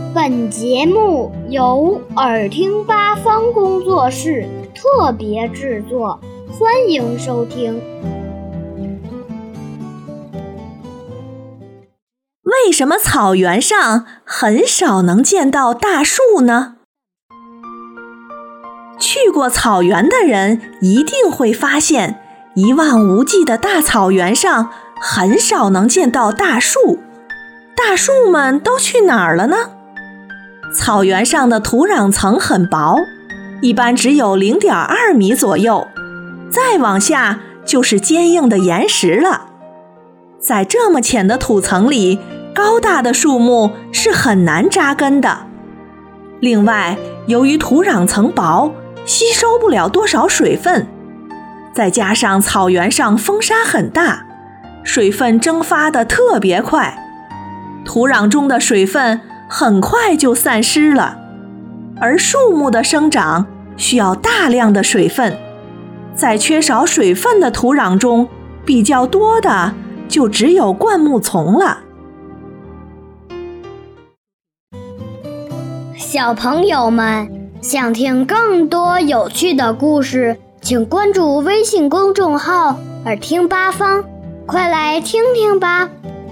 本节目由耳听八方工作室特别制作，欢迎收听。 为什么草原上很少能见到大树呢？去过草原的人一定会发现，一望无际的大草原上很少能见到大树。大树们都去哪儿了呢？草原上的土壤层很薄，一般只有 0.2 米左右，再往下就是坚硬的岩石了。在这么浅的土层里，高大的树木是很难扎根的。另外，由于土壤层薄，吸收不了多少水分，再加上草原上风沙很大，水分蒸发得特别快，土壤中的水分很快就散失了。而树木的生长需要大量的水分，在缺少水分的土壤中，比较多的就只有灌木丛了。 小朋友们，想听更多有趣的故事，请关注微信公众号“耳听八方”，快来听听吧。